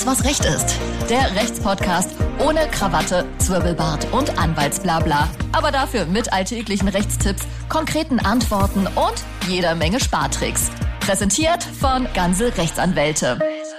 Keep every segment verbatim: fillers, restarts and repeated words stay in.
Alles, was Recht ist. Der Rechtspodcast ohne Krawatte, Zwirbelbart und Anwaltsblabla. Aber dafür mit alltäglichen Rechtstipps, konkreten Antworten und jeder Menge Spartricks. Präsentiert von Ganze Rechtsanwälte.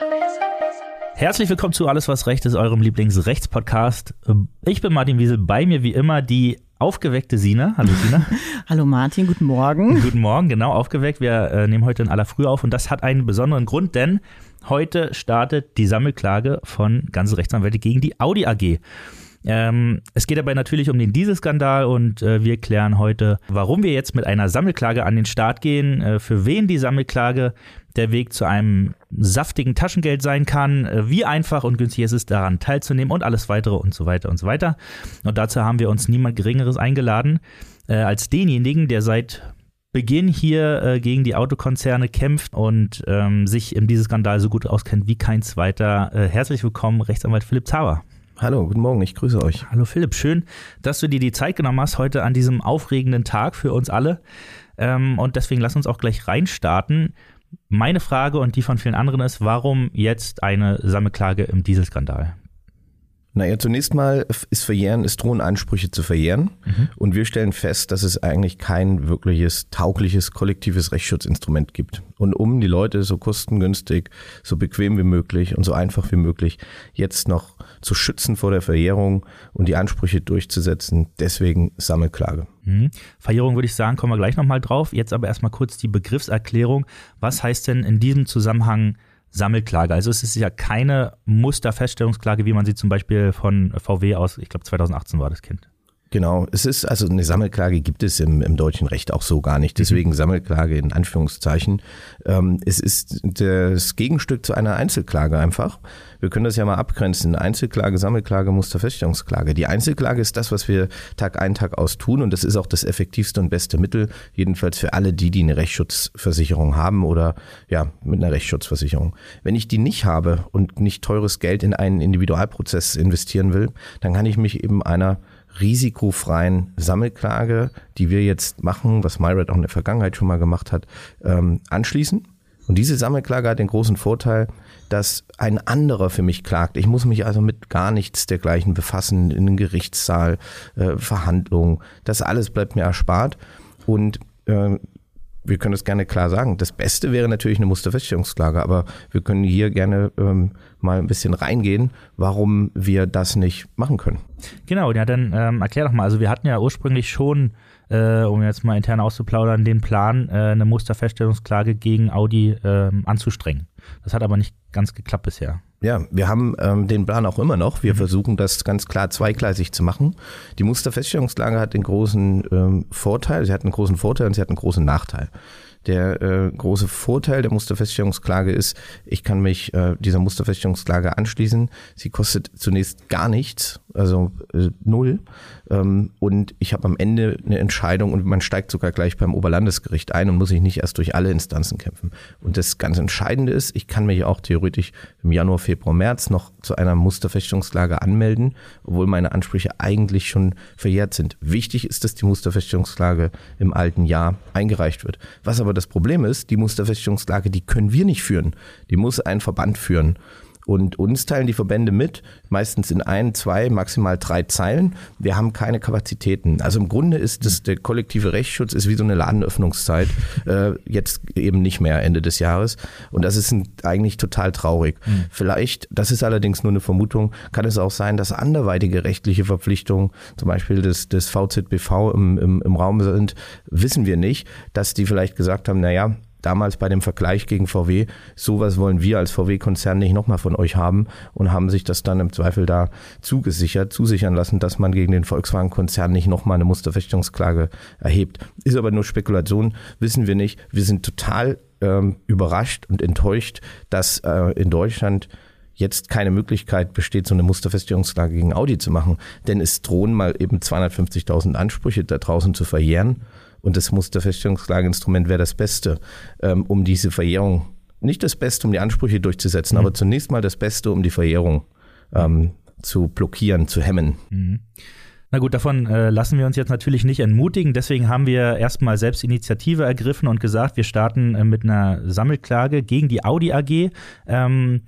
Herzlich willkommen zu Alles, was Recht ist, eurem Lieblingsrechtspodcast. Ich bin Martin Wiesel, bei mir wie immer die aufgeweckte Sina. Hallo Sina. Hallo Martin, guten Morgen. Guten Morgen, genau, aufgeweckt. Wir äh, nehmen heute in aller Früh auf und das hat einen besonderen Grund, denn heute startet die Sammelklage von Ganze Rechtsanwälte gegen die Audi A G. Ähm, es geht dabei natürlich um den Dieselskandal und äh, wir klären heute, warum wir jetzt mit einer Sammelklage an den Start gehen, äh, für wen die Sammelklage der Weg zu einem saftigen Taschengeld sein kann, äh, wie einfach und günstig es ist, daran teilzunehmen und alles weitere und so weiter und so weiter. Und dazu haben wir uns niemand Geringeres eingeladen äh, als denjenigen, der seit Beginn hier äh, gegen die Autokonzerne kämpft und ähm, sich in diesem Skandal so gut auskennt wie kein zweiter. Äh, herzlich willkommen, Rechtsanwalt Philipp Zauer. Hallo, guten Morgen, ich grüße euch. Hallo Philipp, schön, dass du dir die Zeit genommen hast heute an diesem aufregenden Tag für uns alle. Ähm, und deswegen lass uns auch gleich reinstarten. Meine Frage und die von vielen anderen ist, warum jetzt eine Sammelklage im Dieselskandal? Naja, zunächst mal ist Verjähren, es drohen Ansprüche zu verjähren. Mhm. Und wir stellen fest, dass es eigentlich kein wirkliches, taugliches, kollektives Rechtsschutzinstrument gibt. Und um die Leute so kostengünstig, so bequem wie möglich und so einfach wie möglich jetzt noch zu schützen vor der Verjährung und die Ansprüche durchzusetzen, deswegen Sammelklage. Mhm. Verjährung würde ich sagen, kommen wir gleich nochmal drauf. Jetzt aber erstmal kurz die Begriffserklärung. Was heißt denn in diesem Zusammenhang Sammelklage? Also es ist ja keine Musterfeststellungsklage, wie man sie zum Beispiel von V W aus, ich glaube zweitausendachtzehn war das, kennt. Genau, es ist, also eine Sammelklage gibt es im, im deutschen Recht auch so gar nicht, deswegen mhm. Sammelklage in Anführungszeichen. Ähm, es ist das Gegenstück zu einer Einzelklage einfach. Wir können das ja mal abgrenzen. Einzelklage, Sammelklage, Musterfeststellungsklage. Die Einzelklage ist das, was wir Tag ein, Tag aus tun und das ist auch das effektivste und beste Mittel, jedenfalls für alle die, die eine Rechtsschutzversicherung haben oder ja, mit einer Rechtsschutzversicherung. Wenn ich die nicht habe und nicht teures Geld in einen Individualprozess investieren will, dann kann ich mich eben einer risikofreien Sammelklage, die wir jetzt machen, was MyRed auch in der Vergangenheit schon mal gemacht hat, ähm, anschließen. Und diese Sammelklage hat den großen Vorteil, dass ein anderer für mich klagt. Ich muss mich also mit gar nichts dergleichen befassen, in den Gerichtssaal, äh, Verhandlungen. Das alles bleibt mir erspart. Und äh, wir können das gerne klar sagen. Das Beste wäre natürlich eine Musterfeststellungsklage, aber wir können hier gerne ähm, mal ein bisschen reingehen, warum wir das nicht machen können. Genau, ja, dann ähm, erklär doch mal. Also wir hatten ja ursprünglich schon, äh, um jetzt mal intern auszuplaudern, den Plan, äh, eine Musterfeststellungsklage gegen Audi äh, anzustrengen. Das hat aber nicht ganz geklappt bisher. Ja, wir haben ähm, den Plan auch immer noch. Wir mhm. versuchen das ganz klar zweigleisig zu machen. Die Musterfeststellungsklage hat den großen ähm, Vorteil, sie hat einen großen Vorteil und sie hat einen großen Nachteil. Der äh, große Vorteil der Musterfeststellungsklage ist, ich kann mich äh, dieser Musterfeststellungsklage anschließen. Sie kostet zunächst gar nichts, also äh, null. Ähm, und ich habe am Ende eine Entscheidung und man steigt sogar gleich beim Oberlandesgericht ein und muss sich nicht erst durch alle Instanzen kämpfen. Und das ganz Entscheidende ist, ich kann mich auch theoretisch im Januar, Februar, März noch zu einer Musterfeststellungsklage anmelden, obwohl meine Ansprüche eigentlich schon verjährt sind. Wichtig ist, dass die Musterfeststellungsklage im alten Jahr eingereicht wird. Was aber das Problem ist, die Musterfeststellungsklage, die können wir nicht führen. Die muss ein Verband führen. Und uns teilen die Verbände mit, meistens in ein, zwei, maximal drei Zeilen. Wir haben keine Kapazitäten. Also im Grunde ist das, der kollektive Rechtsschutz ist wie so eine Ladenöffnungszeit, äh, jetzt eben nicht mehr Ende des Jahres. Und das ist ein, eigentlich total traurig. Mhm. Vielleicht, das ist allerdings nur eine Vermutung, kann es auch sein, dass anderweitige rechtliche Verpflichtungen, zum Beispiel des, des V Z B V im, im, im Raum sind, wissen wir nicht, dass die vielleicht gesagt haben, naja, damals bei dem Vergleich gegen V W, sowas wollen wir als V W-Konzern nicht nochmal von euch haben und haben sich das dann im Zweifel da zugesichert, zusichern lassen, dass man gegen den Volkswagen-Konzern nicht nochmal eine Musterfeststellungsklage erhebt. Ist aber nur Spekulation, wissen wir nicht. Wir sind total ähm, überrascht und enttäuscht, dass äh, in Deutschland jetzt keine Möglichkeit besteht, so eine Musterfeststellungsklage gegen Audi zu machen. Denn es drohen mal eben zweihundertfünfzigtausend Ansprüche da draußen zu verjähren. Und das Musterfeststellungsklageinstrument wäre das Beste, ähm, um diese Verjährung, nicht das Beste, um die Ansprüche durchzusetzen, mhm. aber zunächst mal das Beste, um die Verjährung ähm, zu blockieren, zu hemmen. Mhm. Na gut, davon äh, lassen wir uns jetzt natürlich nicht entmutigen. Deswegen haben wir erstmal selbst Initiative ergriffen und gesagt, wir starten äh, mit einer Sammelklage gegen die Audi A G. Ähm,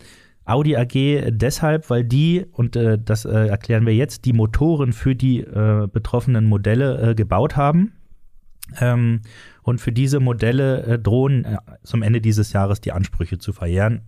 Audi A G deshalb, weil die, und äh, das äh, erklären wir jetzt, die Motoren für die äh, betroffenen Modelle äh, gebaut haben. Ähm, und für diese Modelle äh, drohen äh, zum Ende dieses Jahres die Ansprüche zu verjähren.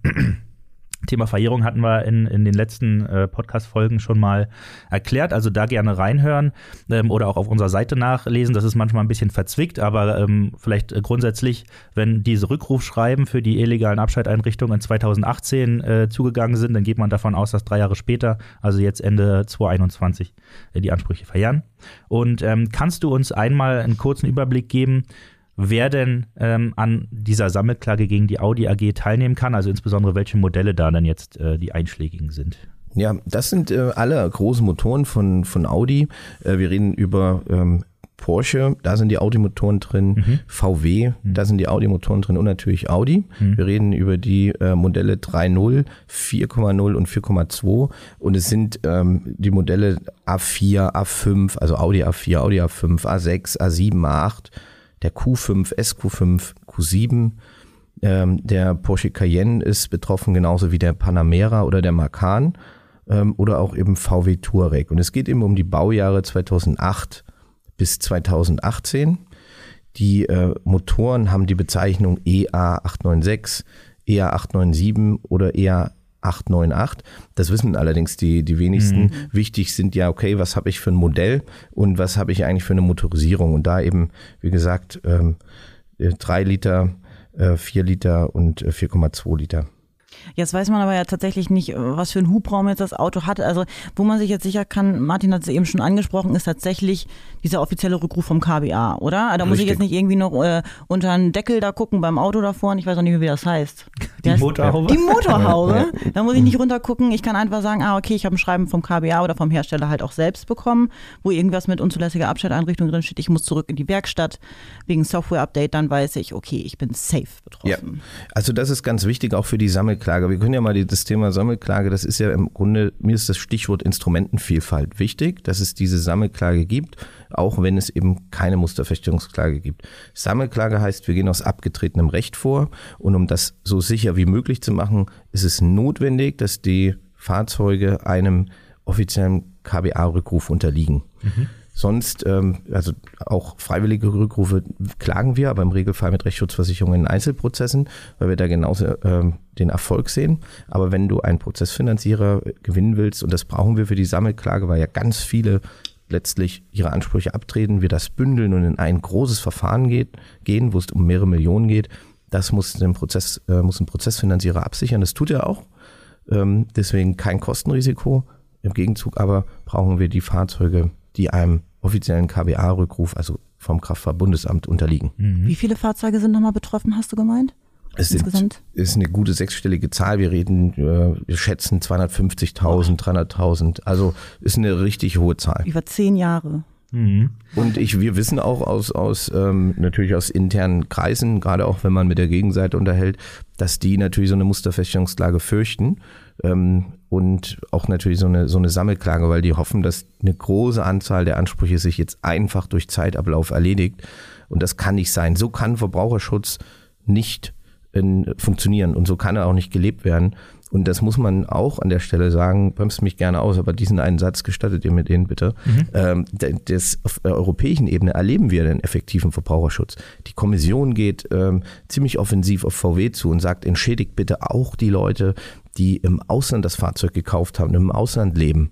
Thema Verjährung hatten wir in, in den letzten äh, Podcast-Folgen schon mal erklärt, also da gerne reinhören ähm, oder auch auf unserer Seite nachlesen. Das ist manchmal ein bisschen verzwickt, aber ähm, vielleicht äh, grundsätzlich, wenn diese Rückrufschreiben für die illegalen Abschalteinrichtungen in zweitausendachtzehn äh, zugegangen sind, dann geht man davon aus, dass drei Jahre später, also jetzt Ende zweitausendeinundzwanzig, äh, die Ansprüche verjähren. Und ähm, kannst du uns einmal einen kurzen Überblick geben, wer denn ähm, an dieser Sammelklage gegen die Audi A G teilnehmen kann, also insbesondere welche Modelle da dann jetzt äh, die einschlägigen sind? Ja, das sind äh, alle großen Motoren von, von Audi. Äh, wir reden über ähm, Porsche, da sind die Audi-Motoren drin, mhm. V W, mhm. da sind die Audi-Motoren drin und natürlich Audi. Mhm. Wir reden über die äh, Modelle drei Punkt null, vier Komma null und vier Komma zwei und es sind ähm, die Modelle A vier, A fünf, also Audi A vier, Audi A fünf, A sechs, A sieben, A acht, der Q fünf, S Q fünf, Q sieben, ähm, der Porsche Cayenne ist betroffen, genauso wie der Panamera oder der Macan ähm, oder auch eben V W Touareg. Und es geht eben um die Baujahre zweitausendacht bis zweitausendachtzehn. Die äh, Motoren haben die Bezeichnung E A acht neun sechs, E A acht neun sieben oder E A acht neun acht. Das wissen allerdings die, die wenigsten. Mhm. Wichtig sind ja, okay, was habe ich für ein Modell und was habe ich eigentlich für eine Motorisierung? Und da eben, wie gesagt, ähm, drei Liter, äh, vier Liter und äh, vier Komma zwei Liter. Jetzt weiß man aber ja tatsächlich nicht, was für einen Hubraum jetzt das Auto hat. Also wo man sich jetzt sicher kann, Martin hat es eben schon angesprochen, ist tatsächlich dieser offizielle Rückruf vom K B A, oder? Da Richtig. Muss ich jetzt nicht irgendwie noch äh, unter einen Deckel da gucken beim Auto da vorne. Ich weiß auch nicht mehr, wie das heißt. Die das Motorhaube? Die Motorhaube. Da muss ich nicht runter gucken. Ich kann einfach sagen, ah okay, ich habe ein Schreiben vom K B A oder vom Hersteller halt auch selbst bekommen, wo irgendwas mit unzulässiger Abschalteinrichtung drin steht. Ich muss zurück in die Werkstatt wegen Software-Update. Dann weiß ich, okay, ich bin safe betroffen. Ja. Also das ist ganz wichtig auch für die Sammelklage. Wir können ja mal die, das Thema Sammelklage, das ist ja im Grunde, mir ist das Stichwort Instrumentenvielfalt wichtig, dass es diese Sammelklage gibt, auch wenn es eben keine Musterfeststellungsklage gibt. Sammelklage heißt, wir gehen aus abgetretenem Recht vor und um das so sicher wie möglich zu machen, ist es notwendig, dass die Fahrzeuge einem offiziellen K B A-Rückruf unterliegen. Mhm. Sonst, ähm, also auch freiwillige Rückrufe klagen wir, aber im Regelfall mit Rechtsschutzversicherungen in Einzelprozessen, weil wir da genauso ähm, den Erfolg sehen. Aber wenn du einen Prozessfinanzierer gewinnen willst, und das brauchen wir für die Sammelklage, weil ja ganz viele letztlich ihre Ansprüche abtreten, wir das bündeln und in ein großes Verfahren geht, gehen, wo es um mehrere Millionen geht, das muss ein Prozess, äh, muss ein Prozessfinanzierer absichern. Das tut er auch. Ähm, deswegen kein Kostenrisiko. Im Gegenzug aber brauchen wir die Fahrzeuge, die einem offiziellen K B A-Rückruf, also vom Kraftfahrtbundesamt, unterliegen. Mhm. Wie viele Fahrzeuge sind nochmal betroffen, hast du gemeint? Es sind, ist eine gute sechsstellige Zahl. Wir reden, äh, wir schätzen zweihundertfünfzigtausend, dreihunderttausend. Also ist eine richtig hohe Zahl. Über zehn Jahre. Mhm. Und ich, wir wissen auch aus, aus ähm, natürlich aus internen Kreisen, gerade auch wenn man mit der Gegenseite unterhält, dass die natürlich so eine Musterfeststellungsklage fürchten. Ähm, und auch natürlich so eine, so eine Sammelklage, weil die hoffen, dass eine große Anzahl der Ansprüche sich jetzt einfach durch Zeitablauf erledigt. Und das kann nicht sein. So kann Verbraucherschutz nicht in, funktionieren und so kann er auch nicht gelebt werden. Und das muss man auch an der Stelle sagen, bremst mich gerne aus, aber diesen einen Satz gestattet ihr mir den bitte. Mhm. Ähm, das, auf der europäischen Ebene erleben wir den effektiven Verbraucherschutz. Die Kommission geht ähm, ziemlich offensiv auf V W zu und sagt, entschädigt bitte auch die Leute, die im Ausland das Fahrzeug gekauft haben, im Ausland leben.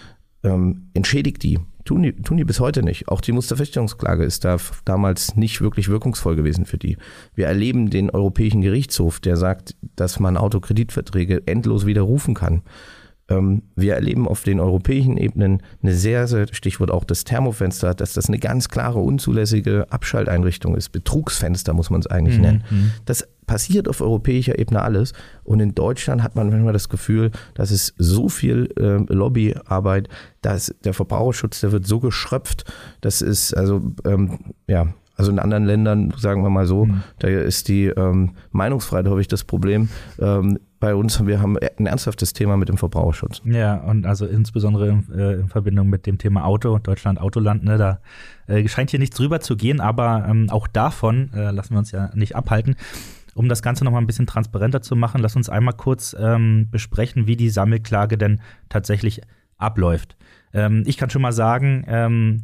Ähm, entschädigt die. Tun die, tun die bis heute nicht. Auch die Musterfeststellungsklage ist da damals nicht wirklich wirkungsvoll gewesen für die. Wir erleben den Europäischen Gerichtshof, der sagt, dass man Autokreditverträge endlos widerrufen kann. Ähm, wir erleben auf den europäischen Ebenen eine sehr, sehr, Stichwort auch das Thermofenster, dass das eine ganz klare, unzulässige Abschalteinrichtung ist. Betrugsfenster muss man es eigentlich mhm. nennen. Das passiert auf europäischer Ebene alles. Und in Deutschland hat man manchmal das Gefühl, dass es so viel äh, Lobbyarbeit, dass der Verbraucherschutz, der wird so geschröpft, das ist also, ähm, ja, also in anderen Ländern, sagen wir mal so, mhm. da ist die ähm, Meinungsfreiheit häufig das Problem. Ähm, bei uns, wir haben ein ernsthaftes Thema mit dem Verbraucherschutz. Ja, und also insbesondere in, äh, in Verbindung mit dem Thema Auto, Deutschland Autoland, ne, da äh, scheint hier nichts rüber zu gehen, aber ähm, auch davon äh, lassen wir uns ja nicht abhalten. um das Ganze nochmal ein bisschen transparenter zu machen, lass uns einmal kurz ähm, besprechen, wie die Sammelklage denn tatsächlich abläuft. Ähm, ich kann schon mal sagen, ähm,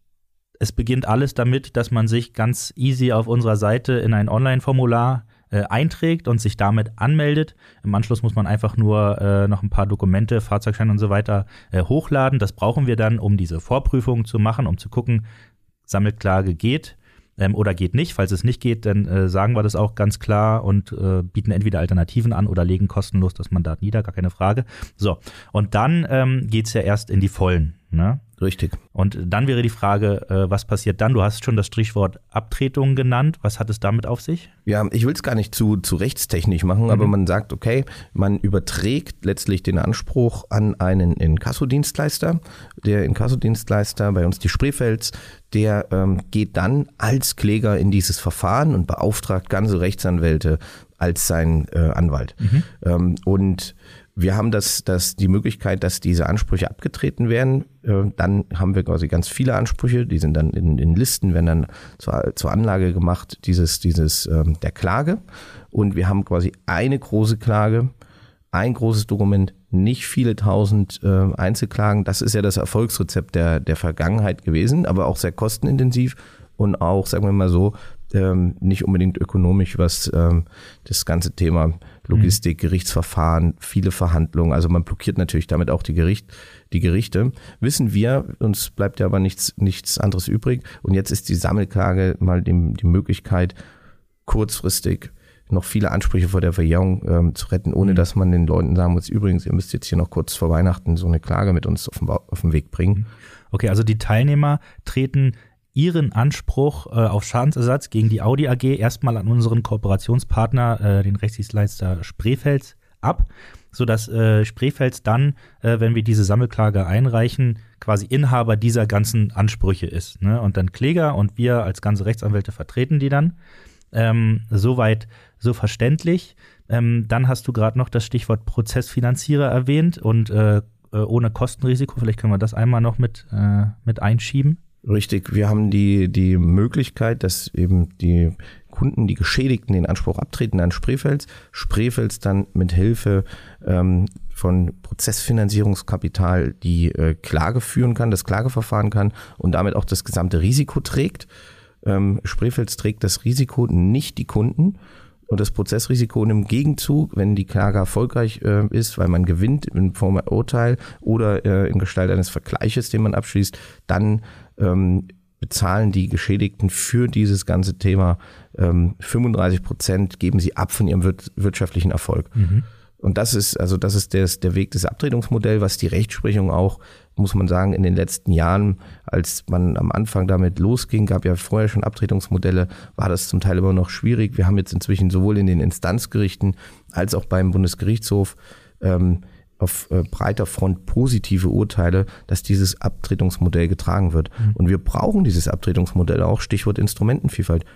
es beginnt alles damit, dass man sich ganz easy auf unserer Seite in ein Online-Formular äh, einträgt und sich damit anmeldet. Im Anschluss muss man einfach nur äh, noch ein paar Dokumente, Fahrzeugschein und so weiter äh, hochladen. Das brauchen wir dann, um diese Vorprüfung zu machen, um zu gucken, Sammelklage geht ähm, oder geht nicht. Falls es nicht geht, dann äh, sagen wir das auch ganz klar und äh, bieten entweder Alternativen an oder legen kostenlos das Mandat nieder, gar keine Frage. So, und dann ähm, geht es ja erst in die Vollen, ne? Richtig. Und dann wäre die Frage, äh, was passiert dann? Du hast schon das Stichwort Abtretung genannt. Was hat es damit auf sich? Ja, ich will es gar nicht zu, zu rechtstechnisch machen, mhm. aber man sagt, okay, man überträgt letztlich den Anspruch an einen Inkassodienstleister. Der Inkassodienstleister, bei uns die Spreefelds, der ähm, geht dann als Kläger in dieses Verfahren und beauftragt ganze Rechtsanwälte als sein äh, Anwalt. Mhm. Ähm, und wir haben das, das, die Möglichkeit, dass diese Ansprüche abgetreten werden. Äh, dann haben wir quasi ganz viele Ansprüche, die sind dann in, in Listen, werden dann zur, zur Anlage gemacht, dieses, dieses ähm, der Klage. Und wir haben quasi eine große Klage, ein großes Dokument, nicht viele tausend äh, Einzelklagen. Das ist ja das Erfolgsrezept der, der Vergangenheit gewesen, aber auch sehr kostenintensiv und auch, sagen wir mal so, ähm, nicht unbedingt ökonomisch, was ähm, das ganze Thema Logistik, Gerichtsverfahren, viele Verhandlungen, also man blockiert natürlich damit auch die, Gericht, die Gerichte. Wissen wir, uns bleibt ja aber nichts, nichts anderes übrig und jetzt ist die Sammelklage mal die, die Möglichkeit, kurzfristig noch viele Ansprüche vor der Verjährung ähm, zu retten, ohne mhm. dass man den Leuten sagen muss, übrigens, ihr müsst jetzt hier noch kurz vor Weihnachten so eine Klage mit uns auf den, auf den Weg bringen. Okay, also die Teilnehmer treten ihren Anspruch äh, auf Schadensersatz gegen die Audi A G erstmal an unseren Kooperationspartner, äh, den Rechtsdienstleister Spreefelds, ab, sodass äh, Spreefelds dann, äh, wenn wir diese Sammelklage einreichen, quasi Inhaber dieser ganzen Ansprüche ist, ne? Und dann Kläger und wir als ganze Rechtsanwälte vertreten die dann. Ähm, soweit so verständlich. Ähm, dann hast du gerade noch das Stichwort Prozessfinanzierer erwähnt und äh, ohne Kostenrisiko, vielleicht können wir das einmal noch mit, äh, mit einschieben. Richtig, wir haben die, die Möglichkeit, dass eben die Kunden, die Geschädigten den Anspruch abtreten an Spreefelds, Spreefelds dann mit Hilfe ähm, von Prozessfinanzierungskapital die äh, Klage führen kann, das Klageverfahren kann und damit auch das gesamte Risiko trägt. Ähm, Spreefelds trägt das Risiko, nicht die Kunden. Und das Prozessrisiko und im Gegenzug, wenn die Klage erfolgreich äh, ist, weil man gewinnt in Form von Urteil oder äh, in Gestalt eines Vergleiches, den man abschließt, dann ähm, bezahlen die Geschädigten für dieses ganze Thema ähm, fünfunddreißig Prozent, geben sie ab von ihrem wir- wirtschaftlichen Erfolg. Mhm. Und das ist, also das ist der, der Weg des Abtretungsmodells, was die Rechtsprechung auch, muss man sagen, in den letzten Jahren, als man am Anfang damit losging, gab ja vorher schon Abtretungsmodelle, war das zum Teil immer noch schwierig. Wir haben jetzt inzwischen sowohl in den Instanzgerichten als auch beim Bundesgerichtshof ähm, auf äh, breiter Front positive Urteile, dass dieses Abtretungsmodell getragen wird. Mhm. Und wir brauchen dieses Abtretungsmodell auch, Stichwort Instrumentenvielfalt.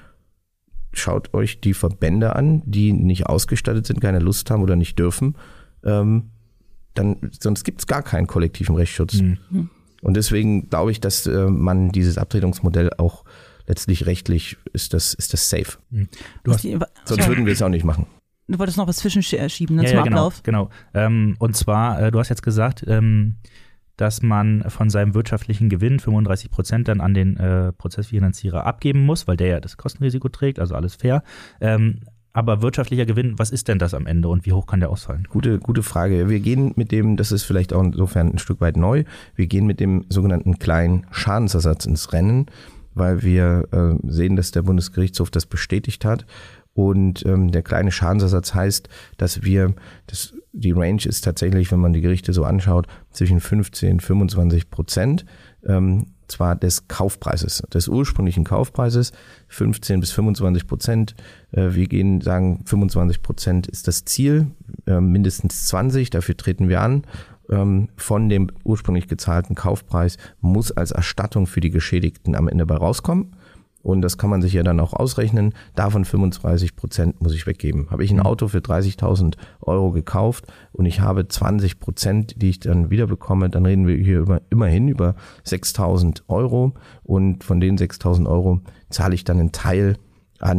Schaut euch die Verbände an, die nicht ausgestattet sind, keine Lust haben oder nicht dürfen. Ähm, dann, sonst gibt es gar keinen kollektiven Rechtsschutz. Mhm. Und deswegen glaube ich, dass äh, man dieses Abtretungsmodell auch letztlich rechtlich ist das, ist das safe. Mhm. Du hast, die, sonst würden wir es auch nicht machen. Du wolltest noch was zwischenschieben ne, ja, zum ja, genau, Ablauf. Genau. Ähm, und zwar, äh, du hast jetzt gesagt, ähm, dass man von seinem wirtschaftlichen Gewinn fünfunddreißig Prozent dann an den äh, Prozessfinanzierer abgeben muss, weil der ja das Kostenrisiko trägt, also alles fair. Ähm, aber wirtschaftlicher Gewinn, was ist denn das am Ende und wie hoch kann der ausfallen? Gute, gute Frage. Wir gehen mit dem, das ist vielleicht auch insofern ein Stück weit neu, wir gehen mit dem sogenannten kleinen Schadensersatz ins Rennen, weil wir äh, sehen, dass der Bundesgerichtshof das bestätigt hat. Und ähm, der kleine Schadensersatz heißt, dass wir, das, die Range ist tatsächlich, wenn man die Gerichte so anschaut, zwischen fünfzehn und fünfundzwanzig Prozent, ähm, zwar des Kaufpreises, des ursprünglichen Kaufpreises, fünfzehn bis fünfundzwanzig Prozent. Äh, wir gehen, sagen, fünfundzwanzig Prozent ist das Ziel, äh, mindestens zwanzig, dafür treten wir an. Ähm, von dem ursprünglich gezahlten Kaufpreis muss als Erstattung für die Geschädigten am Ende bei rauskommen. Und das kann man sich ja dann auch ausrechnen. Davon fünfunddreißig Prozent muss ich weggeben. Habe ich ein Auto für dreißigtausend Euro gekauft und ich habe zwanzig Prozent, die ich dann wieder bekomme, dann reden wir hier über, immerhin über sechstausend Euro. Und von den sechstausend Euro zahle ich dann einen Teil an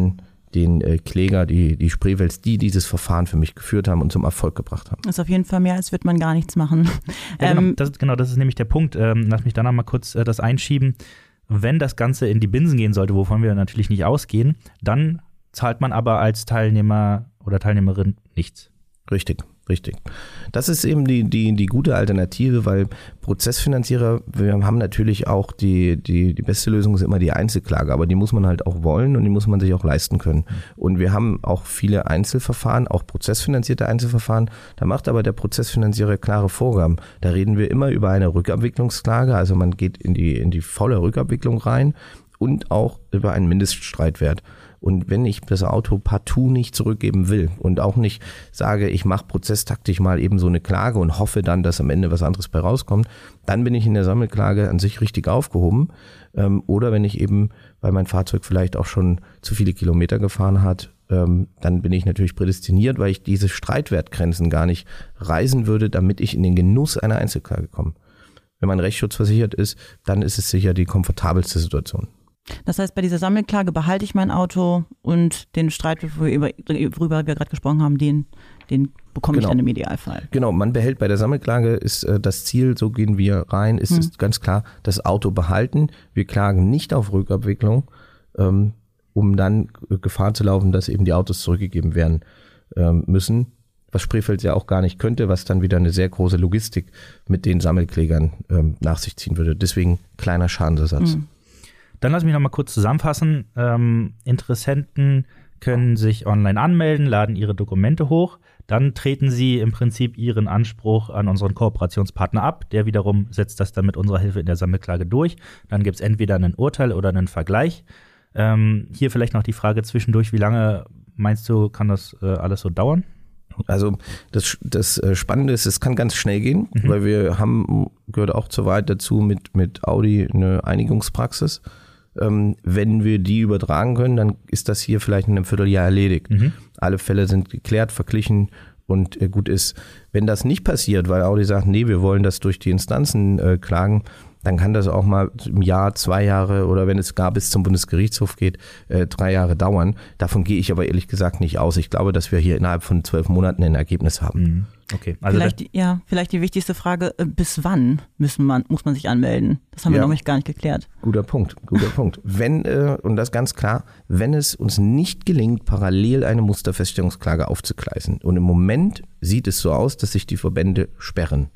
den äh, Kläger, die, die Spreewels, die dieses Verfahren für mich geführt haben und zum Erfolg gebracht haben. Das ist auf jeden Fall mehr, als wird man gar nichts machen. Ja, genau, das, genau, das ist nämlich der Punkt. Ähm, lass mich da noch mal kurz äh, das einschieben. Wenn das Ganze in die Binsen gehen sollte, wovon wir natürlich nicht ausgehen, dann zahlt man aber als Teilnehmer oder Teilnehmerin nichts. Richtig, richtig. Das ist eben die, die, die gute Alternative, weil Prozessfinanzierer, wir haben natürlich auch die, die, die beste Lösung ist immer die Einzelklage, aber die muss man halt auch wollen und die muss man sich auch leisten können. Und wir haben auch viele Einzelverfahren, auch prozessfinanzierte Einzelverfahren, da macht aber der Prozessfinanzierer klare Vorgaben. Da reden wir immer über eine Rückabwicklungsklage, also man geht in die, in die volle Rückabwicklung rein und auch über einen Mindeststreitwert. Und wenn ich das Auto partout nicht zurückgeben will und auch nicht sage, ich mache prozesstaktisch mal eben so eine Klage und hoffe dann, dass am Ende was anderes bei rauskommt, dann bin ich in der Sammelklage an sich richtig aufgehoben. Oder wenn ich eben, weil mein Fahrzeug vielleicht auch schon zu viele Kilometer gefahren hat, dann bin ich natürlich prädestiniert, weil ich diese Streitwertgrenzen gar nicht reisen würde, damit ich in den Genuss einer Einzelklage komme. Wenn mein Rechtsschutz versichert ist, dann ist es sicher die komfortabelste Situation. Das heißt, bei dieser Sammelklage behalte ich mein Auto und den Streit, worüber wir gerade gesprochen haben, den, den bekomme genau. ich dann im Idealfall. Genau, man behält bei der Sammelklage, ist äh, das Ziel, so gehen wir rein, ist hm. es ganz klar, das Auto behalten. Wir klagen nicht auf Rückabwicklung, ähm, um dann Gefahr zu laufen, dass eben die Autos zurückgegeben werden ähm, müssen. Was Spreefeld ja auch gar nicht könnte, was dann wieder eine sehr große Logistik mit den Sammelklägern ähm, nach sich ziehen würde. Deswegen kleiner Schadensersatz. Hm. Dann lass mich noch mal kurz zusammenfassen. Ähm, Interessenten können sich online anmelden, laden ihre Dokumente hoch. Dann treten sie im Prinzip ihren Anspruch an unseren Kooperationspartner ab. Der wiederum setzt das dann mit unserer Hilfe in der Sammelklage durch. Dann gibt es entweder ein Urteil oder einen Vergleich. Ähm, hier vielleicht noch die Frage zwischendurch, wie lange meinst du, kann das äh, alles so dauern? Also das, das Spannende ist, es kann ganz schnell gehen, mhm. weil wir haben, gehört auch zur Wahrheit dazu, mit, mit Audi eine Einigungspraxis. Ähm, wenn wir die übertragen können, dann ist das hier vielleicht in einem Vierteljahr erledigt. Mhm. Alle Fälle sind geklärt, verglichen und äh, gut ist. Wenn das nicht passiert, weil Audi sagt, nee, wir wollen das durch die Instanzen äh, klagen, dann kann das auch mal im Jahr, zwei Jahre oder wenn es gar bis zum Bundesgerichtshof geht, äh, drei Jahre dauern. Davon gehe ich aber ehrlich gesagt nicht aus. Ich glaube, dass wir hier innerhalb von zwölf Monaten ein Ergebnis haben. Mhm. Okay. Also vielleicht, die, ja, vielleicht die wichtigste Frage, bis wann müssen man, muss man sich anmelden? Das haben ja. wir noch nicht gar nicht geklärt. Guter Punkt, guter Punkt. Wenn, äh, und das ganz klar, wenn es uns nicht gelingt, parallel eine Musterfeststellungsklage aufzugleisen und im Moment sieht es so aus, dass sich die Verbände sperren,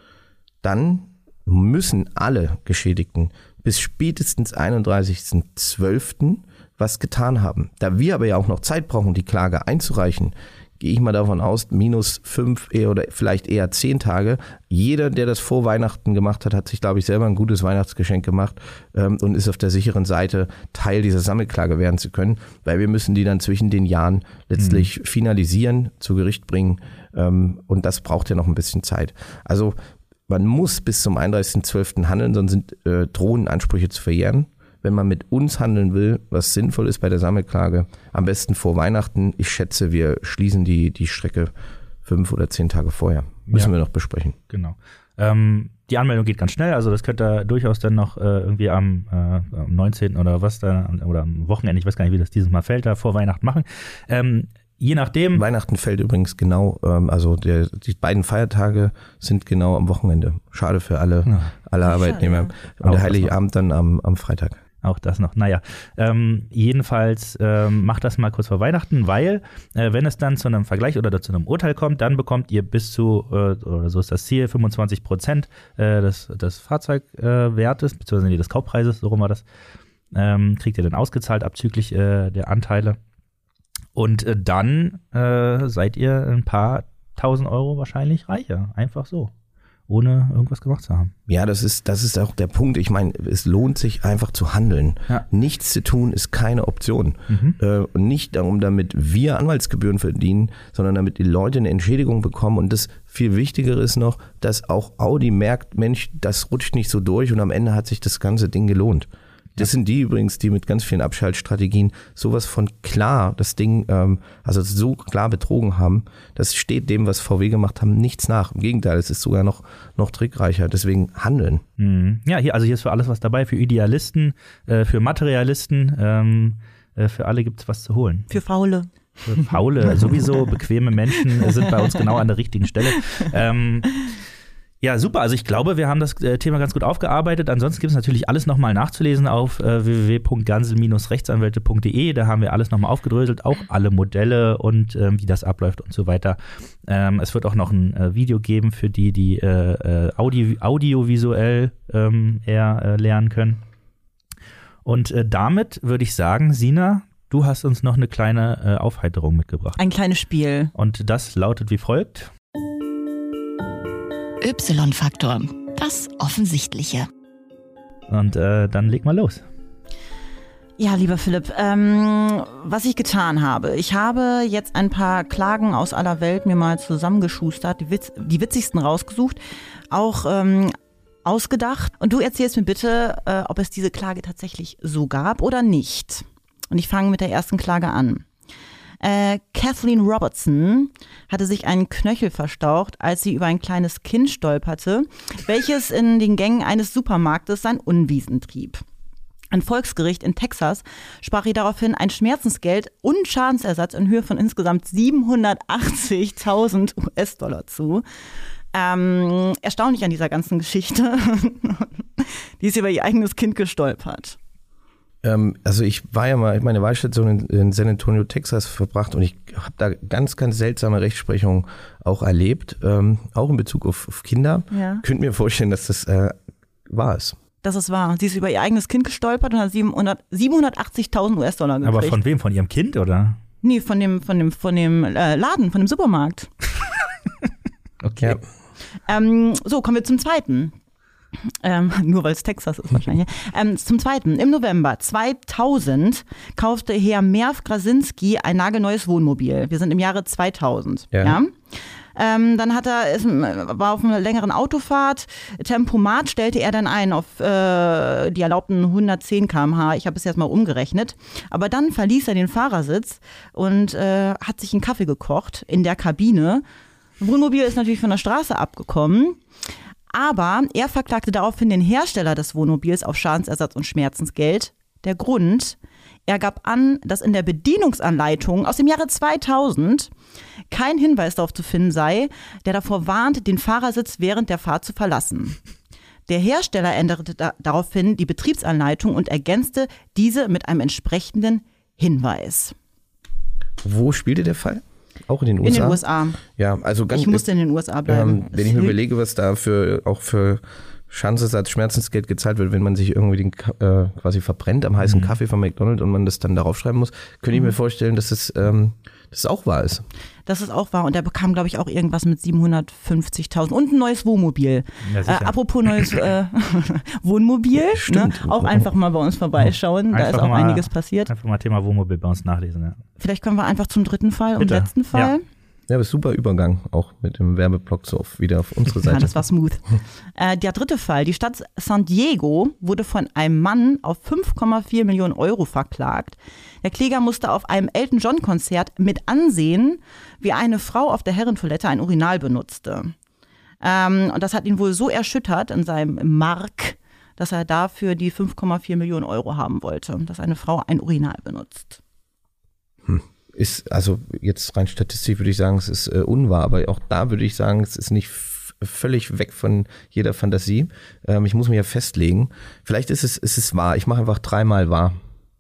dann müssen alle Geschädigten bis spätestens einunddreißigsten zwölften was getan haben. Da wir aber ja auch noch Zeit brauchen, die Klage einzureichen, gehe ich mal davon aus, minus fünf oder vielleicht eher zehn Tage. Jeder, der das vor Weihnachten gemacht hat, hat sich, glaube ich, selber ein gutes Weihnachtsgeschenk gemacht ähm, und ist auf der sicheren Seite, Teil dieser Sammelklage werden zu können, weil wir müssen die dann zwischen den Jahren letztlich mhm. finalisieren, zu Gericht bringen ähm, und das braucht ja noch ein bisschen Zeit. Also man muss bis zum einunddreißigsten zwölften handeln, sonst sind äh, drohen Ansprüche zu verjähren. Wenn man mit uns handeln will, was sinnvoll ist bei der Sammelklage, am besten vor Weihnachten. Ich schätze, wir schließen die, die Strecke fünf oder zehn Tage vorher. Müssen ja. wir noch besprechen. Genau. Ähm, die Anmeldung geht ganz schnell, also das könnt ihr durchaus dann noch äh, irgendwie am, äh, am neunzehnten oder was da, oder am Wochenende, ich weiß gar nicht, wie das dieses Mal fällt, da vor Weihnachten machen. Ähm, Je nachdem. Weihnachten fällt übrigens genau, ähm, also der, die beiden Feiertage sind genau am Wochenende. Schade für alle, ja. alle Arbeitnehmer. Schade, ja. Und auch der Heilige Abend dann am, am Freitag. Auch das noch. Naja, ähm, jedenfalls ähm, macht das mal kurz vor Weihnachten, weil äh, wenn es dann zu einem Vergleich oder zu einem Urteil kommt, dann bekommt ihr bis zu, äh, oder so ist das Ziel, fünfundzwanzig Prozent äh, des, des Fahrzeugwertes, äh, beziehungsweise des Kaufpreises, so rum war das, ähm, kriegt ihr dann ausgezahlt abzüglich äh, der Anteile. Und äh, dann äh, seid ihr ein paar tausend Euro wahrscheinlich reicher. Einfach so. Ohne irgendwas gemacht zu haben. Ja, das ist, das ist auch der Punkt. Ich meine, es lohnt sich einfach zu handeln. Ja. Nichts zu tun ist keine Option. Mhm. Äh, und nicht darum, damit wir Anwaltsgebühren verdienen, sondern damit die Leute eine Entschädigung bekommen. Und das viel Wichtigere ist noch, dass auch Audi merkt, Mensch, das rutscht nicht so durch und am Ende hat sich das ganze Ding gelohnt. Das sind die übrigens, die mit ganz vielen Abschaltstrategien sowas von klar das Ding, ähm, also so klar betrogen haben, das steht dem, was V W gemacht haben, nichts nach. Im Gegenteil, es ist sogar noch, noch trickreicher. Deswegen handeln. Mhm. Ja, hier, also hier ist für alles was dabei, für Idealisten, äh, für Materialisten, ähm, Äh, für alle gibt es was zu holen. Für Faule. Für Faule, sowieso bequeme Menschen äh, sind bei uns genau an der richtigen Stelle. Ähm, Ja, super. Also ich glaube, wir haben das äh, Thema ganz gut aufgearbeitet. Ansonsten gibt es natürlich alles nochmal nachzulesen auf äh, w w w punkt gansel Bindestrich rechtsanwälte punkt d e. Da haben wir alles nochmal aufgedröselt, auch alle Modelle und ähm, wie das abläuft und so weiter. Ähm, es wird auch noch ein äh, Video geben für die, die äh, äh, Audi audiovisuell ähm, eher äh, lernen können. Und äh, damit würde ich sagen, Sina, du hast uns noch eine kleine äh, Aufheiterung mitgebracht. Ein kleines Spiel. Und das lautet wie folgt. Y-Faktor, das Offensichtliche. Und äh, dann leg mal los. Ja, lieber Philipp, ähm, was ich getan habe, ich habe jetzt ein paar Klagen aus aller Welt mir mal zusammengeschustert, die, Witz, die witzigsten rausgesucht, auch ähm, ausgedacht. Und du erzählst mir bitte, äh, ob es diese Klage tatsächlich so gab oder nicht. Und ich fange mit der ersten Klage an. Äh, Kathleen Robertson hatte sich einen Knöchel verstaucht, als sie über ein kleines Kind stolperte, welches in den Gängen eines Supermarktes sein Unwesen trieb. Ein Volksgericht in Texas sprach ihr daraufhin ein Schmerzensgeld und Schadensersatz in Höhe von insgesamt siebenhundertachtzigtausend U S-Dollar zu. Ähm, erstaunlich an dieser ganzen Geschichte, die ist über ihr eigenes Kind gestolpert. Ähm, also ich war ja mal, meine Wahlstation in, in San Antonio, Texas verbracht und ich habe da ganz, ganz seltsame Rechtsprechung auch erlebt, ähm, auch in Bezug auf, auf Kinder. Ja. Könnt mir vorstellen, dass das äh, wahr ist. Das ist wahr. Sie ist über ihr eigenes Kind gestolpert und hat siebenhundertachtzigtausend U S-Dollar gekriegt. Aber von wem? Von ihrem Kind, oder? Nee, von dem, von dem, von dem äh, Laden, von dem Supermarkt. Okay. Ja. Ähm, so, kommen wir zum zweiten. Ähm, nur weil es Texas ist wahrscheinlich. Ähm, zum Zweiten, im November zweitausend kaufte Herr Merv Grasinski ein nagelneues Wohnmobil. Wir sind im Jahre zweitausend. Ja. ja? Ähm, dann hat er, ist, war auf einer längeren Autofahrt, Tempomat stellte er dann ein auf äh, die erlaubten hundertzehn Kilometer pro Stunde. Ich habe es jetzt mal umgerechnet. Aber dann verließ er den Fahrersitz und äh, hat sich einen Kaffee gekocht in der Kabine. Wohnmobil ist natürlich von der Straße abgekommen. Aber er verklagte daraufhin den Hersteller des Wohnmobils auf Schadensersatz und Schmerzensgeld. Der Grund, er gab an, dass in der Bedienungsanleitung aus dem Jahre zweitausend kein Hinweis darauf zu finden sei, der davor warnt, den Fahrersitz während der Fahrt zu verlassen. Der Hersteller änderte da, daraufhin die Betriebsanleitung und ergänzte diese mit einem entsprechenden Hinweis. Wo spielte der Fall? Auch in den U S A? In den U S A. Ja, also ganz, ich musste in den U S A bleiben. Ähm, wenn ich mir überlege, was da für, auch für Schadensersatz, Schmerzensgeld gezahlt wird, wenn man sich irgendwie den, äh, quasi verbrennt am heißen mhm. Kaffee von McDonald's und man das dann darauf schreiben muss, könnte ich mir vorstellen, dass es ähm, dass es auch wahr ist. Das ist auch wahr. Und er bekam, glaube ich, auch irgendwas mit siebenhundertfünfzigtausend und ein neues Wohnmobil. Ja, äh, apropos neues äh, Wohnmobil, ne? Auch einfach mal bei uns vorbeischauen. Einfach da ist auch mal, einiges passiert. Einfach mal Thema Wohnmobil bei uns nachlesen. Ja. Vielleicht kommen wir einfach zum dritten Fall Bitte. und letzten Fall. Ja. Ja, aber super Übergang, auch mit dem Werbeblock so auf, wieder auf unsere Seite. Ja, das war smooth. äh, der dritte Fall, die Stadt San Diego wurde von einem Mann auf fünf Komma vier Millionen Euro verklagt. Der Kläger musste auf einem Elton John Konzert mit ansehen, wie eine Frau auf der Herrentoilette ein Urinal benutzte. Ähm, und das hat ihn wohl so erschüttert in seinem Mark, dass er dafür die fünf Komma vier Millionen Euro haben wollte, dass eine Frau ein Urinal benutzt. Hm. Ist, also jetzt rein statistisch würde ich sagen, es ist äh, unwahr, aber auch da würde ich sagen, es ist nicht f- völlig weg von jeder Fantasie. Ähm, ich muss mich ja festlegen. Vielleicht ist es, ist es wahr. Ich mache einfach dreimal wahr.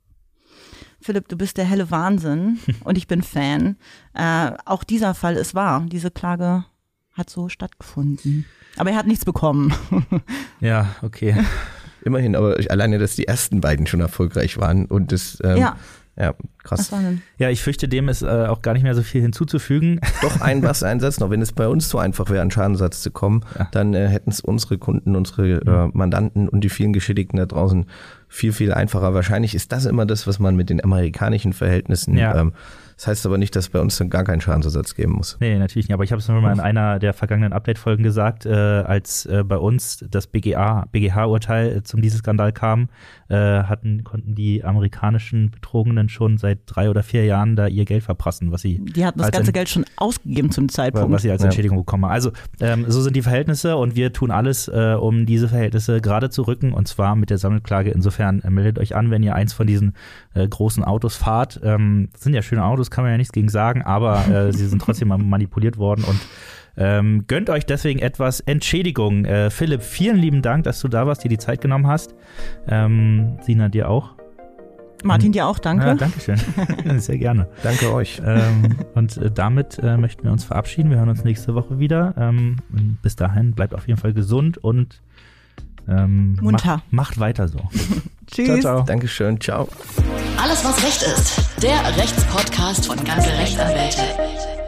Philipp, du bist der helle Wahnsinn und ich bin Fan. Äh, auch dieser Fall ist wahr. Diese Klage hat so stattgefunden. Aber er hat nichts bekommen. Ja, okay. Immerhin, aber ich, alleine, dass die ersten beiden schon erfolgreich waren und das ähm, ja. Ja, krass. Ja, ich fürchte, dem ist äh, auch gar nicht mehr so viel hinzuzufügen. Doch ein was, ein Satz noch. Wenn es bei uns so einfach wäre, an Schadensersatz zu kommen, ja. dann äh, hätten es unsere Kunden, unsere äh, Mandanten und die vielen Geschädigten da draußen viel, viel einfacher. Wahrscheinlich ist das immer das, was man mit den amerikanischen Verhältnissen ja. ähm, Das heißt aber nicht, dass es bei uns dann gar keinen Schadensersatz geben muss. Nee, natürlich nicht. Aber ich habe es noch mal in einer der vergangenen Update-Folgen gesagt, äh, als äh, bei uns das B G A, B G H-Urteil zum Dieselskandal kam, äh, hatten, konnten die amerikanischen Betrogenen schon seit drei oder vier Jahren da ihr Geld verprassen, was sie Die hatten das ganze Geld schon ausgegeben zum Zeitpunkt. Was sie als Entschädigung ja. bekommen. Also ähm, so sind die Verhältnisse und wir tun alles, äh, um diese Verhältnisse gerade zu rücken und zwar mit der Sammelklage. Insofern äh, meldet euch an, wenn ihr eins von diesen äh, großen Autos fahrt. Ähm, das sind ja schöne Autos, kann man ja nichts gegen sagen, aber äh, sie sind trotzdem manipuliert worden und ähm, gönnt euch deswegen etwas Entschädigung. Äh, Philipp, vielen lieben Dank, dass du da warst, dir die Zeit genommen hast. Ähm, Sina, dir auch. Martin, dir auch, danke. Ja, danke schön. Sehr gerne. Danke euch. Ähm, und äh, damit äh, möchten wir uns verabschieden. Wir hören uns nächste Woche wieder. Ähm, bis dahin, bleibt auf jeden Fall gesund und ähm, munter. Macht, macht weiter so. Tschüss. Ciao, ciao. Dankeschön. Ciao. Alles, was Recht ist. Der Rechtspodcast von Ganze Rechtsanwälte.